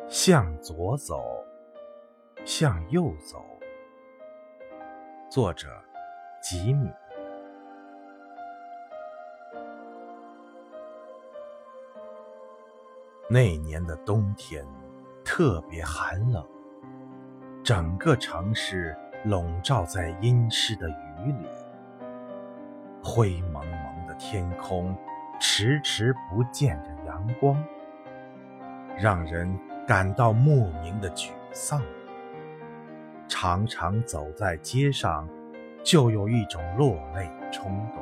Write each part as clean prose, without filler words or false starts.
向左走，向右走。作者吉米。那年的冬天特别寒冷，整个城市笼罩在阴湿的雨里，灰蒙蒙的天空迟迟不见着阳光，让人感到莫名的沮丧。常常走在街上，就有一种落泪的冲动。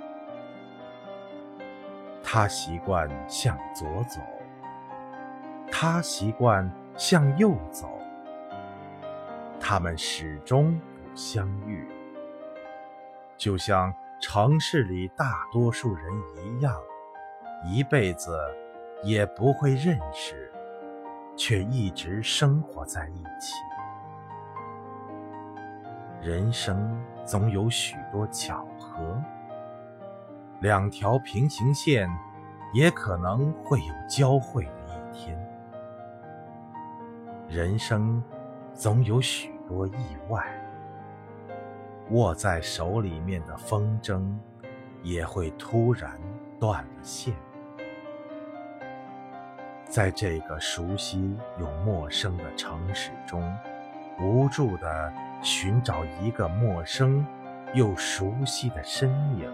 他习惯向左走，他习惯向右走，他们始终不相遇，就像城市里大多数人一样，一辈子也不会认识，却一直生活在一起。人生总有许多巧合，两条平行线也可能会有交汇的一天。人生总有许多意外，握在手里面的风筝也会突然断了线。在这个熟悉又陌生的城市中，无助地寻找一个陌生又熟悉的身影。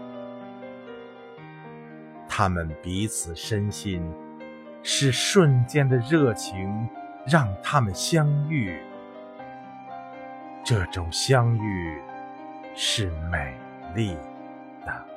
他们彼此深信，是瞬间的热情让他们相遇，这种相遇是美丽的。